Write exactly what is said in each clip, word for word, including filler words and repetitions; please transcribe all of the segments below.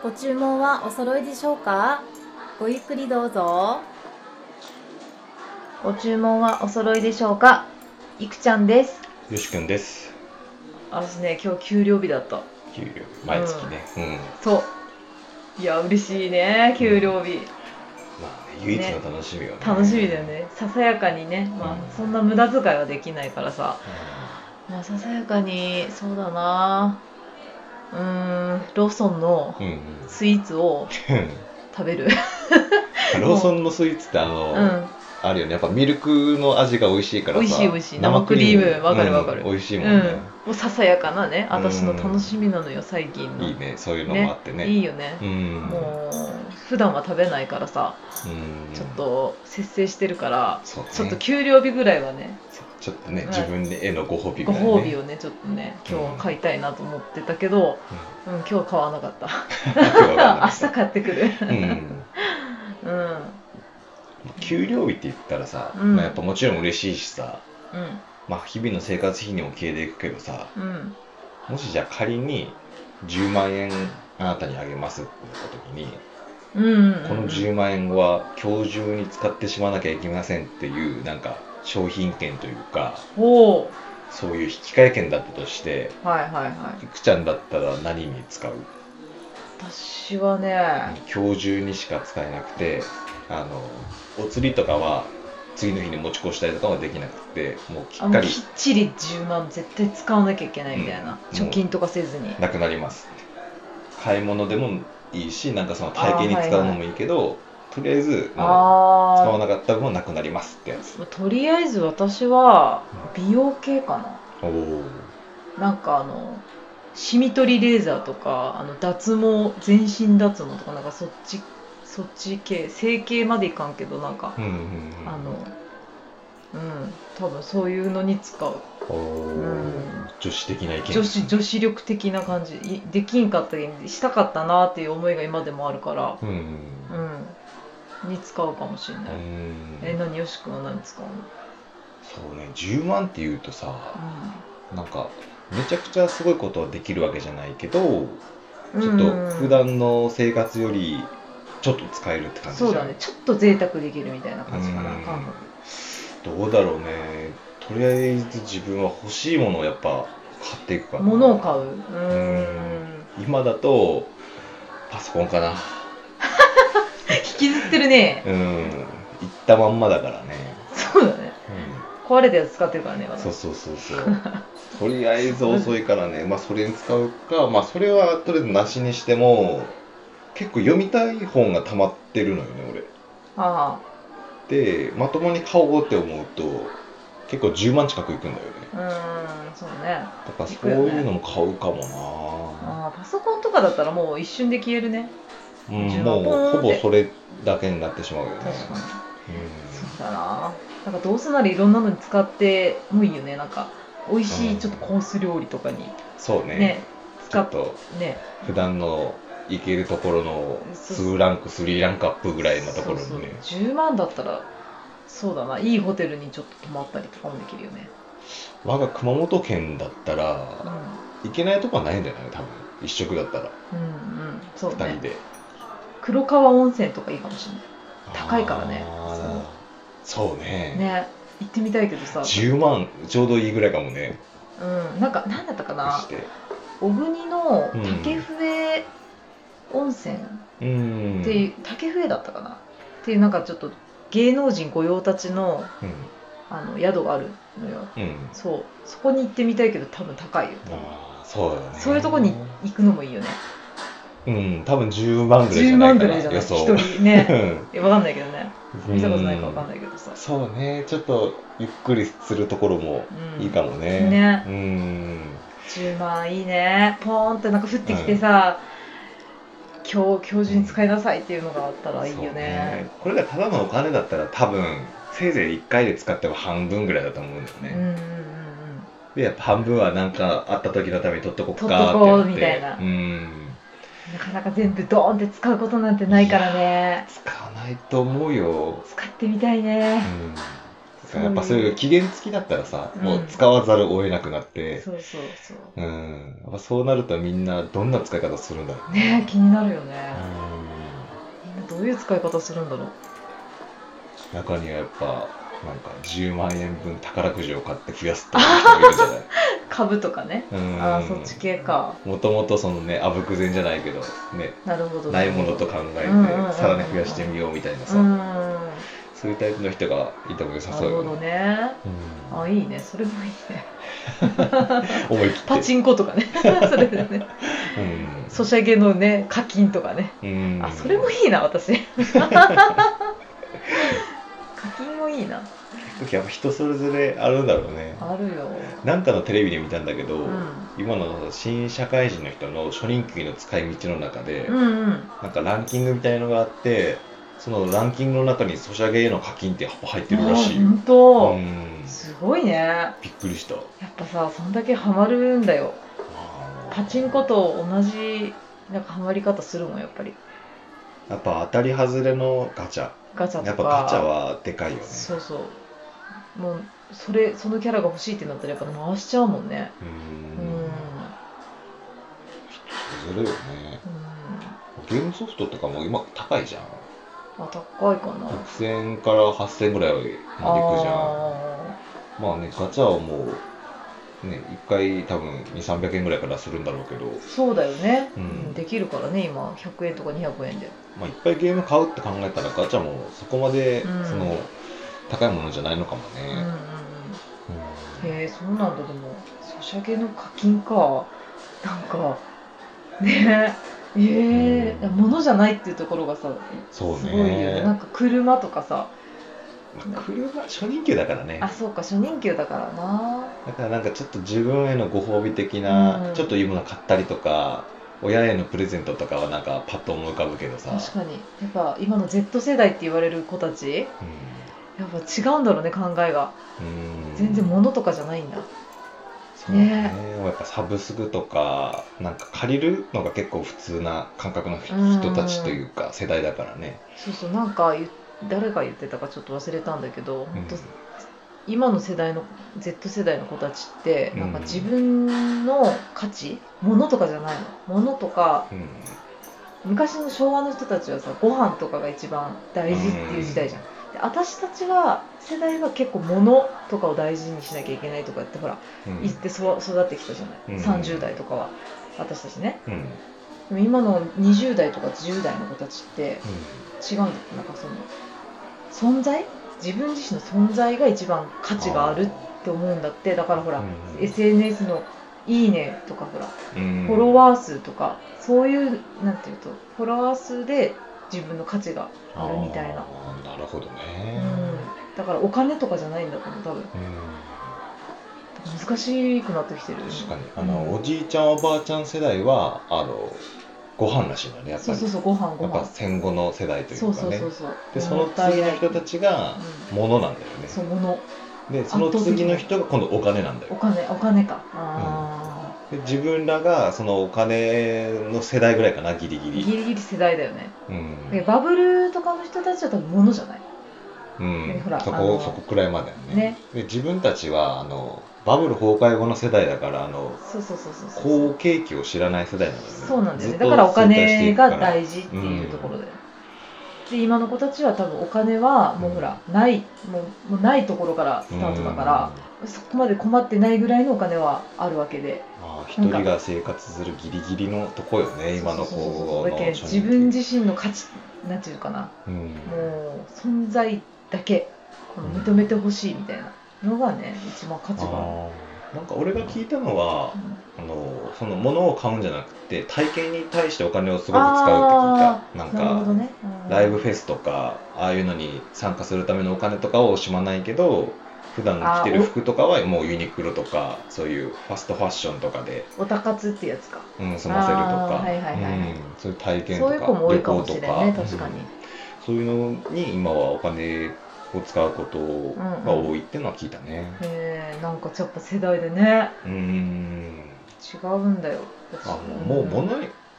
ご注文はお揃いでしょうか？ごゆっくりどうぞ。ご注文はお揃いでしょうか？いくちゃんです。 よしくんです。 私ね、今日給料日だった。 給料毎月ね、うん、うん、 そう。いや嬉しいね、給料日、うん、 まあ、ね、唯一の楽しみよね。 楽しみだよね。ささやかにね、まあ、うん、そんな無駄遣いはできないからさ、うん、まあささやかに、そうだな、うーん、ローソンのスイーツを食べる、 うん、ローソンのスイーツってあの、うん、あるよね。やっぱミルクの味が美味しいからさ。 美味しい美味しい。生クリーム、わかるわかる、 うん、美味しいもんね、うん、もうささやかなね、私の楽しみなのよ、最近の。 いいね、そういうのもあってね。 ね、いいよね、うん、もう普段は食べないからさ、うん、ちょっと節制してるから、ね、ちょっと給料日ぐらいはね、 ちょっとね、自分でへのご褒美ぐらい、 ね、ご褒美をね、ちょっとね、今日は買いたいなと思ってたけど、うん、うん、今日は買わなかった明日買ってくるうん、 うん給料日って言ったらさ、うん、まあ、やっぱもちろん嬉しいしさ、うん、まあ日々の生活費にも消えていくけどさ、うん、もしじゃあ仮にじゅうまんえんあなたにあげますって言った時に、うんうんうん、このじゅうまんえんは今日中に使ってしまわなきゃいけませんっていうなんか商品券というか、そういう引換券だったとして、はいはいはい、いくちゃんだったら何に使う？ 私はね、 今日中にしか使えなくて、あのお釣りとかは次の日に持ち越したりとかはできなくて、もうきっかりきっちりじゅうまん絶対使わなきゃいけないみたいな、うん、貯金とかせずになくなります。買い物でもいいし、なんかその体験に使うのもいいけど、はいはい、とりあえずもう使わなかった分はなくなりますってやつ。 とりあえず私は美容系かな、うん、おなんかあのシミ取りレーザーとか、あの脱毛、全身脱毛とか、なんかそっちそっち系、整形までいかんけど、なんか、うんうんうん、あのうん多分そういうのに使う。 お、うん、女子的な意見。 女子女子力的な感じ。できんかったりしたかったなっていう思いが今でもあるから、うんうんうん、に使うかもしれない。うん、え何よし君は何使うの？ そうね、じゅうまんっていうとさ、うん、なんかめちゃくちゃすごいことはできるわけじゃないけど、ちょっと普段の生活よりちょっと使えるって感じじゃん。 そうだね、ちょっと贅沢できるみたいな感じかな、感覚。 どうだろうね。とりあえず自分は欲しいものをやっぱ買っていくかな。 物を買う。うーん、 今だとパソコンかな引きずってるね。 うん、いったまんまだからね。 そうだね、うん、壊れたやつ使ってるからね。 そうそうそうそうとりあえず遅いからね、まあそれに使うか、まあそれはとりあえずなしにしても、結構読みたい本が溜まってるのよね、俺。ああ。で、まともに買おうって思うと、結構じゅうまん近くいくんだよね。 うーん、そうね。 だからそういうのも買うかもな、ね、 ああ、パソコンとかだったらもう一瞬で消えるね。 うん、もうほぼそれだけになってしまうよね。確かに。うん、 そうだな。なんかどうせならいろんなのに使ってもいいよね。なんか美味しいちょっとコース料理とかに、うん、 そうね。ね、使っとね、普段のいけるところのにランクさんランクアップぐらいのところにね。そうそう、 じゅうまんだったらそうだな、いいホテルにちょっと泊まったりとかもできるよね。 我が熊本県だったら、うん、行けないとこはないんじゃない？多分一食だったら。うんうん、そうね。ふたりで黒川温泉とかいいかもしれない。高いからね。 そう、そうね。 ね、行ってみたいけどさ。 じゅうまんちょうどいいぐらいかもね。 うん、なんか何だったかな。小国の竹笛温泉っていう、うん、竹笛だったかなっていう、なんかちょっと芸能人御用達の、うん、あの宿があるのよ、うん、そうそこに行ってみたいけど多分高いよ。 あ、そうだね。 そういうとこに行くのもいいよね。 うん、多分じゅうまんぐらいじゃないかな。 じゅうまんぐらいじゃない、一人ね分かんないけどね、見たことないか分かんないけどさ、 うん、そうね、ちょっとゆっくりするところもいいかもね、うん、 ね、うん、じゅうまんいいね。ポーンってなんか降ってきてさ、うん、今日今日中に使いなさいっていうのがあったらいいよ ね, ね。 これがただのお金だったら多分せいぜいいっかいで使っても半分ぐらいだと思うんだよね、うんうんうん、でやっぱ半分は何かあった時のために取っとこっかってやって、取っとこうみたいな、うん、 なかなか全部ドーンって使うことなんてないからね。 使わないと思うよ。 使ってみたいね、 やっぱそういう期限付きだったらさ、うん、もう使わざるを得なくなって、 そうそうそう。 うん。やっぱそうなるとみんなどんな使い方するんだろうね。ねえ、気になるよね。うん。みんなどういう使い方するんだろう。 中にはやっぱ、なんかじゅうまんえんぶん宝くじを買って増やすっていう人もいるんじゃない？ 株とかね。ああ、そっち系か。 もともとそのね、あぶく銭じゃないけど、ね、 なるほどないものと考えて、さらに増やしてみようみたいなさ、そういうタイプの人がいても良さそうよね。 なるほどね。うん、あ、いいね。それもいいね。 思い切って。 パチンコとかね。それでね。うん、ソシャゲのね、課金とかね。うん、あ、それもいいな、私。課金もいいな。 やっぱ人それぞれあるんだろうね。 あるよ。 なんかのテレビで見たんだけど、うん、今の新社会人の人の初任給の使い道の中で、うんうん、なんかランキングみたいのがあって、そのランキングの中にソシャゲへの課金って入ってるらしい。 本当、うん、すごいね。 びっくりした。やっぱさ、そんだけハマるんだよ。パチンコと同じなんかハマり方するもん、やっぱり。 やっぱ当たり外れのガチャ。 ガチャとか。 やっぱガチャはでかいよね。 そうそう。もうそれそのキャラが欲しいってなったらやっぱ回しちゃうもんね。うん。うん。 人それぞれよね。うん。ゲームソフトとかも今高いじゃん。 あ、高いかな。 ろくせんえんからはっせんえんぐらいまでいくじゃん。あまあね、ガチャはもうね、いっかい多分にせんさんびゃくえんぐらいからするんだろうけど。 そうだよね。うん、できるからね、今ひゃくえんとかにひゃくえんで。 まあいっぱいゲーム買うって考えたらガチャもそこまで、うん、その高いものじゃないのかもね。うんうんうん。 へえ、そうなんだ。でもソシャゲの課金か。なんかねええー、うん、物じゃないっていうところがさ、 そうね、 すごいよね。なんか車とかさ、 まあ、車初任給だからね。 あ、そうか、初任給だからな。 だからなんかちょっと自分へのご褒美的な、うん、ちょっといいもの買ったりとか、親へのプレゼントとかはなんかパッと思い浮かぶけどさ。 確かに。やっぱ今の Z 世代って言われる子たち、うん、やっぱ違うんだろうね、考えが。うん、全然物とかじゃないんだ。 そうね、ね、やっぱサブスクとかなんか借りるのが結構普通な感覚の人たちというか世代だからね。 そうそう、なんか誰が言ってたかちょっと忘れたんだけど、うん、本当今の世代の Z 世代の子たちってなんか自分の価値、物とかじゃないの。物とか、うん、昔の昭和の人たちはさ、ご飯とかが一番大事っていう時代じゃん。で私たちは世代は結構物とかを大事にしなきゃいけないとかってほら、うん、言ってそ育ってきたじゃない、うん、さんじゅう代とかは私たちね、うん、でも今のにじゅう代とかじゅう代の子たちって違うんだって、なんかその存在自分自身の存在が一番価値があるって思うんだって。だからほら、うん、エスエヌエス のいいねとかほら、うん、フォロワー数とかそういうなんていうとフォロワー数で自分の価値があるみたいな。 なるほどね、 うん、だからお金とかじゃないんだと思う多分、うん、難しくなってきてる。 確かにあの、うん、おじいちゃんおばあちゃん世代はあのご飯らしいのね、やっぱり。 そうそうそう、ご飯ご飯。 やっぱ戦後の世代というかね。 そうそうそうそう。 でその次の人たちが物なんだよね、うん、 そう物でその次の人が今度お金なんだよ。 お金お金か。あ、 うん、で自分らがそのお金の世代ぐらいかな、ギリギリギリギリ世代だよね、うん、でバブルとかの人たちは多分物じゃない。 うん、ほらそこそこくらいまでね。ねで自分たちはあのバブル崩壊後の世代だからあの好景気を知らない世代なんだよね。 そうなんだよね。だからお金が大事っていうところだよ、うん、で今の子たちは多分お金はもうほら、うん、ないもう、もうないところからスタートだから、うん、そこまで困ってないぐらいのお金はあるわけで、 まあ、一人が生活するギリギリのとこよね、今の子の。 だけ自分自身の価値なんていうかな、うん、もう存在だけこの認めてほしいみたいなのがね、一番価値がある。なんか俺が聞いたのは、うん、あのその物を買うんじゃなくて体験に対してお金をすごく使うって聞いた。なんか、ね、ライブフェスとかああいうのに参加するためのお金とかを惜しまないけど、普段着てる服とかはもうユニクロとかそういうファストファッションとかでオタ活ってやつか、 うん、済ませるとか、はいはいはい、うん、そういう体験とかそういう子も多いかもしれないね、確かに、うん、 そういうのに今はお金を使うことが多いっていうのは聞いたね。 うんうん、へえ、なんかやっぱ世代でね、うーん違うんだよ。 あもう物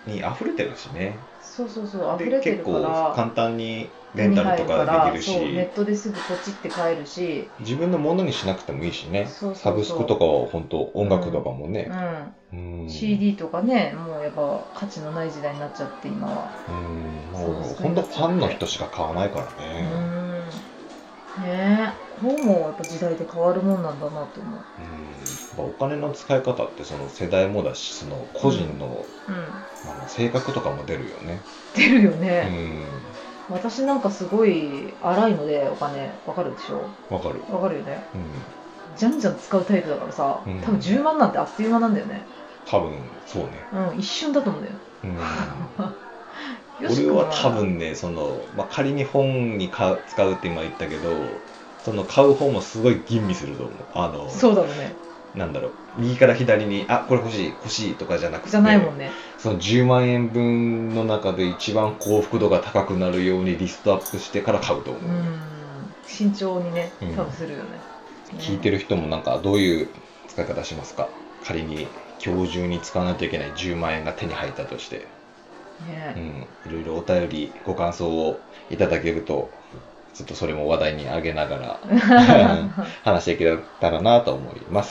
に溢れてるしね。 そうそうそう溢れてるから結構簡単にレンタルとかできるし、 そうネットですぐポチって買えるし、 自分のものにしなくてもいいしね。 そうそうそうサブスクとかは本当音楽とかもね、 うんうん、シーディー とかねもうやっぱ価値のない時代になっちゃって今は。 うんもう本当ファンの人しか買わないからね。 うんねえ本もやっぱ時代で変わるもんなんだなと思う。 うんお金の使い方ってその世代もだしその個人の、うんうんまあ、性格とかも出るよね。 出るよね。うん私なんかすごい荒いのでお金わかるでしょ。 わかるわかるよね、うん、じゃんじゃん使うタイプだからさ、うん、多分じゅうまんなんてあっという間なんだよね。 多分そうね、 うん、一瞬だと思うんだよ、 うん、俺は多分ねその、まあ、仮に本にか使うって今言ったけどその買う本もすごい吟味すると思う。あのそうだろうね。 なんだろう右から左にあこれ欲しい欲しいとかじゃなくてじゃないもんね。 そのじゅうまんえんぶんの中で一番幸福度が高くなるようにリストアップしてから買うと思う。うん慎重にね多分するよね、 うん、聞いてる人もなんかどういう使い方しますか。仮に今日中に使わないといけないじゅうまんえんが手に入ったとして、ねうん、いろいろお便りご感想をいただけるとちょっとそれも話題に上げながら話していけたらなと思います。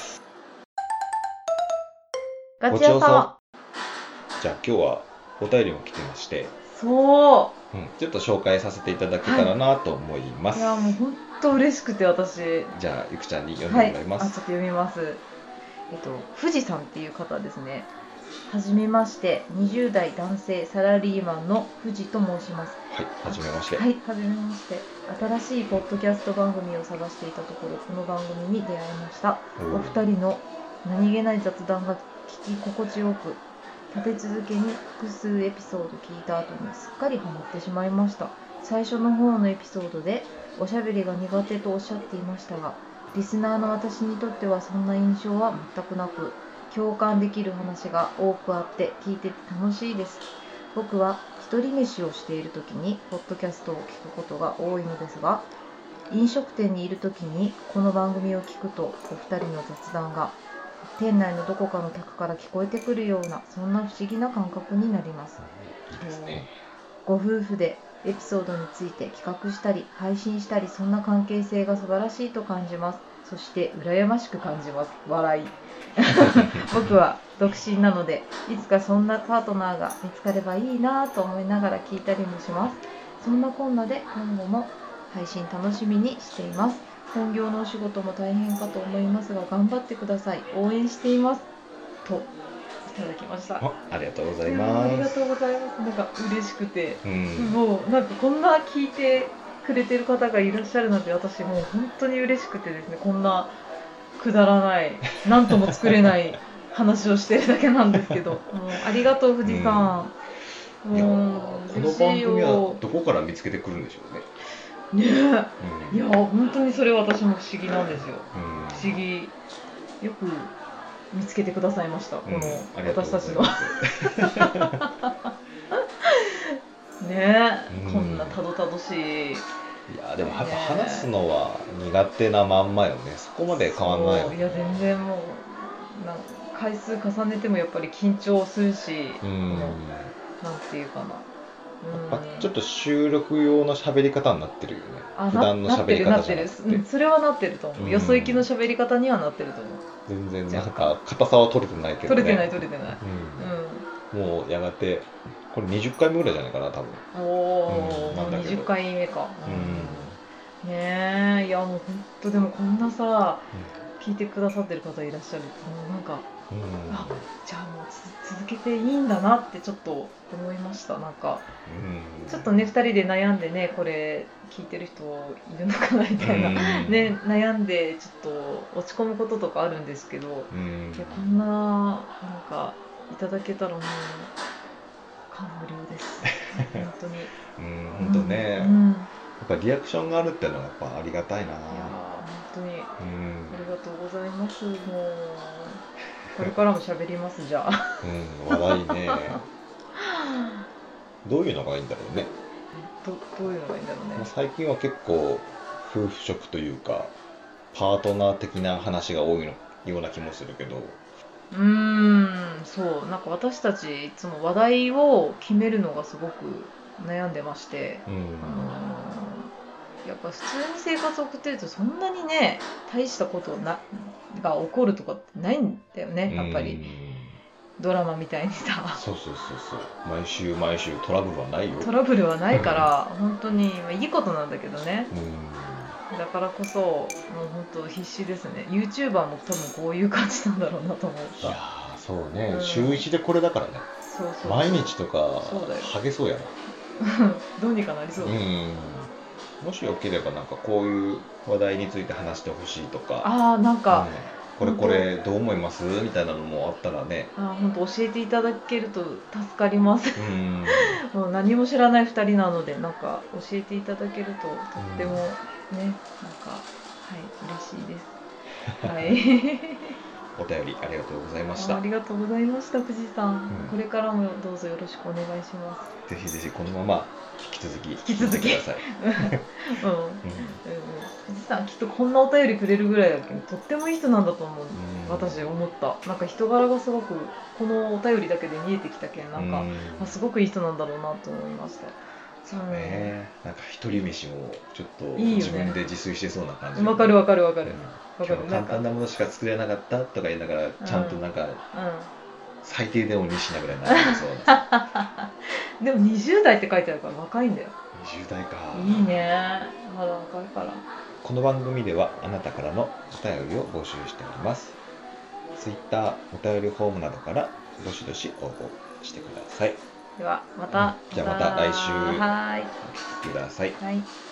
ガチ屋さん。 じゃあ今日はお便りも来てまして、 そう、 うん、ちょっと紹介させていただけたらなと思います。 はい、いやもう本当嬉しくて私。 じゃあゆくちゃんに読んでもらいます。 はい、あちょっと読みます。えっと富士さんっていう方ですね。はじめまして、にじゅう代男性サラリーマンの富士と申します。 はい、はじめまして。 はい、はじめまして。新しいポッドキャスト番組を探していたところ、この番組に出会いました。お二人の何気ない雑談が聞き心地よく、立て続けに複数エピソード聞いた後にすっかりハマってしまいました。最初の方のエピソードでおしゃべりが苦手とおっしゃっていましたが、リスナーの私にとってはそんな印象は全くなく、共感できる話が多くあって聞いてて楽しいです。僕は一人飯をしている時にポッドキャストを聞くことが多いのですが、飲食店にいる時にこの番組を聞くとお二人の雑談が店内のどこかの客から聞こえてくるような、そんな不思議な感覚になります。 いいですね。 ご夫婦でエピソードについて企画したり配信したり、そんな関係性が素晴らしいと感じます。そして羨ましく感じます。笑い僕は独身なので、いつかそんなパートナーが見つかればいいなと思いながら聞いたりもします。そんなこんなで今後も配信楽しみにしています。本業のお仕事も大変かと思いますが頑張ってください。応援していますといただきました。 あ, ありがとうございます。 ありがとうございます。なんか嬉しくて、うん、もうなんかこんな聞いてくれてる方がいらっしゃるなんて、私もう本当に嬉しくてですね、こんなくだらない何とも作れない話をしてるだけなんですけどもうありがとう富士さん、うん、 いやこの番組はどこから見つけてくるんでしょうね。 ねえ、うん、いや本当にそれは私も不思議なんですよ、うん、不思議。よく見つけてくださいました、うん、この私たちのねえ、うん、こんなたどたどしい。 いやでもやっぱ話すのは苦手なまんまよね。そこまで変わんないよね。 いや全然もうなんか回数重ねてもやっぱり緊張するし、うん、なんていうかな、 やっぱちょっと収録用の喋り方になってるよね。普段の喋り方じゃなくて、 うん、それはなってると思う、うん、よそ行きの喋り方にはなってると思う。 全然なんか硬さは取れてないけどね。 取れてない取れてない、 うんうん、もうやがてこれにじゅっかいめぐらいじゃないかな多分。 おお、うん、にじゅっかいめか、うん、ねえ、いやもう本当でもこんなさ、うん、聞いてくださってる方いらっしゃる。もうなんか、うん、あ、じゃあもう続けていいんだなってちょっと思いました。なんか、うん、ちょっとねふたりで悩んでね、これ聞いてる人いるのかなみたいな、うん、ね、悩んでちょっと落ち込むこととかあるんですけど、うん、いやこんななんかいただけたらもう感無量です本当に。 うん本当ね、うん、やっぱリアクションがあるっていうのはやっぱありがたいな。いや本当に、うん、ありがとうございます。もうこれからも喋りますじゃあ。 うん、話題ね。どういうのがいいんだろうね。 ど, どういうのがいいんだろうね。 最近は結構夫婦職というかパートナー的な話が多いのような気もするけど、 うーん、そうなんか私たちいつも話題を決めるのがすごく悩んでまして、うん、あのー、やっぱ普通に生活を送ってるとそんなにね大したことなが起こるとかってないんだよね、やっぱりドラマみたいにさ。 そうそうそうそう、毎週毎週トラブルはないよ。 トラブルはないから本当にいいことなんだけどね。うん、だからこそもう本当必死ですね。 YouTuber も多分こういう感じなんだろうなと思った。 いやーそうね、うん、週いちでこれだからね。そうそうそう、毎日とかハゲそうやな。 どうにかなりそうだ、うん、 もしよければなんかこういう話題について話してほしいとか、 ああなんか、 うん、これこれどう思いますみたいなのもあったらね、 あ本当教えていただけると助かります。うんもう何も知らないふたりなのでなんか教えていただけるととってもね、うん、なんかはい嬉しいです。はいお便りありがとうございました。 ありがとうございました藤さん、うん、これからもどうぞよろしくお願いします。 ぜひぜひこのまま引き続き引き続きください。 うん、うんうん、藤さんきっとこんなお便りくれるぐらいだけどとってもいい人なんだと思う、うん、私思った。なんか人柄がすごくこのお便りだけで見えてきたけんなんか、うん、すごくいい人なんだろうなと思いました。 そうね、うん、なんか一人飯もちょっと自分で自炊してそうな感じ。 わかるわかるわかる。 今日簡単なものしか作れなかったとか言いながらちゃんとなんか、うんうん、最低でもに品ぐらいになってそうな。 でもにじゅう代って書いてあるから若いんだよ。 にじゅう代か。 いいね。まだ若いから。 この番組ではあなたからのお便りを募集しております。Twitter、お便りフォームなどからどしどし応募してください。 ではまた、 うん、じゃあまた来週はいお聞きください。 はい。